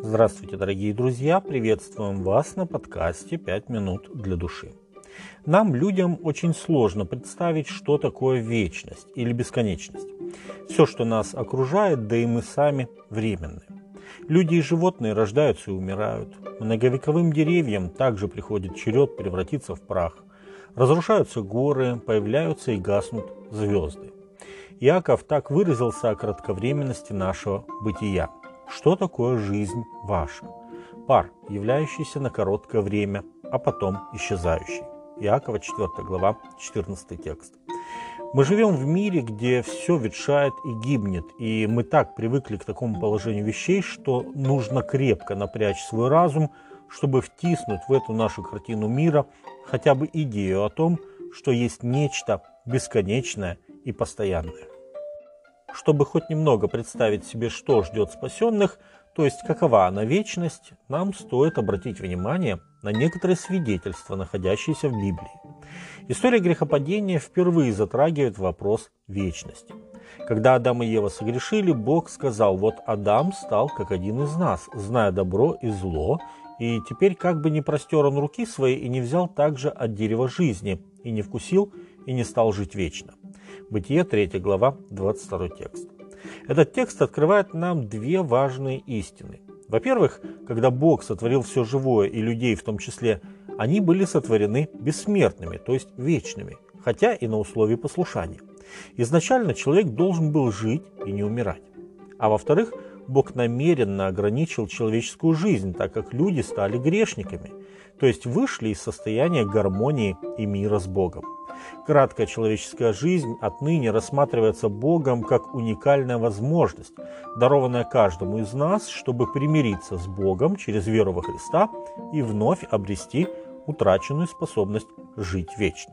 Здравствуйте, дорогие друзья! Приветствуем вас на подкасте «5 минут для души». Нам, людям, очень сложно представить, что такое вечность или бесконечность. Все, что нас окружает, да и мы сами, временны. Люди и животные рождаются и умирают. Многовековым деревьям также приходит черед превратиться в прах. Разрушаются горы, появляются и гаснут звезды. Иаков так выразился о кратковременности нашего бытия. Что такое жизнь ваша? Пар, являющийся на короткое время, а потом исчезающий. Иакова 4 глава, 14 текст. Мы живем в мире, где все ветшает и гибнет, и мы так привыкли к такому положению вещей, что нужно крепко напрячь свой разум, чтобы втиснуть в эту нашу картину мира хотя бы идею о том, что есть нечто бесконечное и постоянное. Чтобы хоть немного представить себе, что ждет спасенных, то есть какова она вечность, нам стоит обратить внимание на некоторые свидетельства, находящиеся в Библии. История грехопадения впервые затрагивает вопрос вечности. Когда Адам и Ева согрешили, Бог сказал: «Вот Адам стал как один из нас, зная добро и зло, и теперь как бы не простер он руки своей и не взял также от дерева жизни, и не вкусил, и не стал жить вечно». Бытие 3 глава, 22 текст. Этот текст открывает нам две важные истины. Во-первых, когда Бог сотворил все живое и людей в том числе, они были сотворены бессмертными, то есть вечными, хотя и на условии послушания. Изначально человек должен был жить и не умирать. А во-вторых, Бог намеренно ограничил человеческую жизнь, так как люди стали грешниками, то есть вышли из состояния гармонии и мира с Богом. Краткая человеческая жизнь отныне рассматривается Богом как уникальная возможность, дарованная каждому из нас, чтобы примириться с Богом через веру во Христа и вновь обрести утраченную способность жить вечно.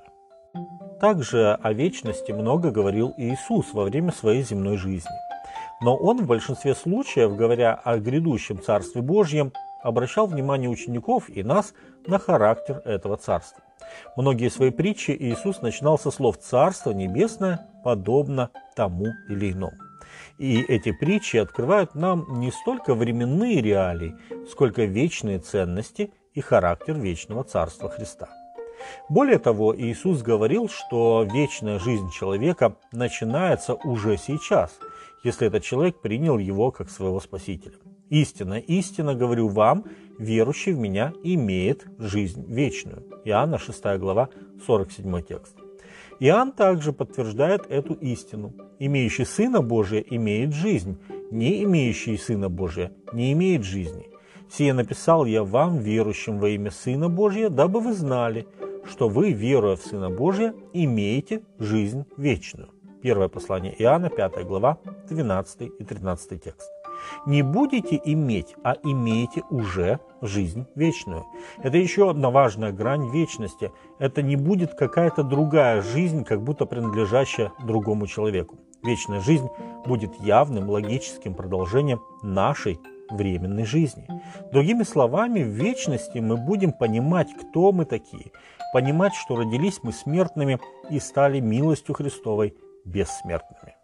Также о вечности много говорил Иисус во время своей земной жизни. Но Он в большинстве случаев, говоря о грядущем Царстве Божьем, обращал внимание учеников и нас на характер этого Царства. Многие свои притчи Иисус начинал со слов «Царство небесное подобно тому или иному». И эти притчи открывают нам не столько временные реалии, сколько вечные ценности и характер вечного Царства Христа. Более того, Иисус говорил, что вечная жизнь человека начинается уже сейчас, если этот человек принял его как своего Спасителя. «Истинно, истинно говорю вам, верующий в Меня имеет жизнь вечную». Иоанна 6 глава, 47 текст. Иоанн также подтверждает эту истину. «Имеющий Сына Божия имеет жизнь, не имеющий Сына Божия не имеет жизни. Сие написал я вам, верующим во имя Сына Божия, дабы вы знали, что вы, веруя в Сына Божия, имеете жизнь вечную». Первое послание Иоанна, 5 глава, 12 и 13 текст. Не будете иметь, а имеете уже жизнь вечную. Это еще одна важная грань вечности. Это не будет какая-то другая жизнь, как будто принадлежащая другому человеку. Вечная жизнь будет явным логическим продолжением нашей временной жизни. Другими словами, в вечности мы будем понимать, кто мы такие, понимать, что родились мы смертными и стали милостью Христовой бессмертными.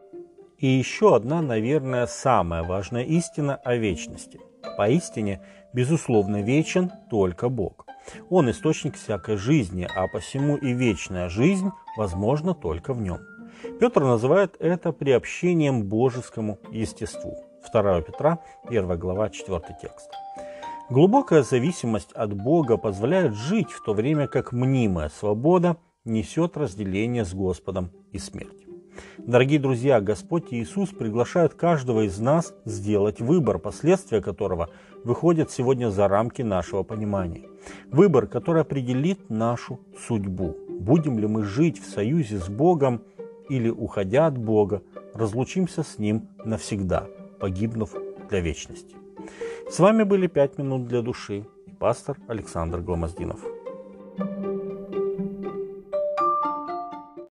И еще одна, наверное, самая важная истина о вечности. Поистине, безусловно, вечен только Бог. Он источник всякой жизни, а посему и вечная жизнь возможна только в Нем. Петр называет это приобщением божескому естеству. 2 Петра, 1 глава, 4 текст. Глубокая зависимость от Бога позволяет жить, в то время как мнимая свобода несет разделение с Господом и смерть. Дорогие друзья, Господь Иисус приглашает каждого из нас сделать выбор, последствия которого выходят сегодня за рамки нашего понимания. Выбор, который определит нашу судьбу. Будем ли мы жить в союзе с Богом или, уходя от Бога, разлучимся с Ним навсегда, погибнув для вечности. С вами были 5 минут для души и пастор Александр Гломоздинов.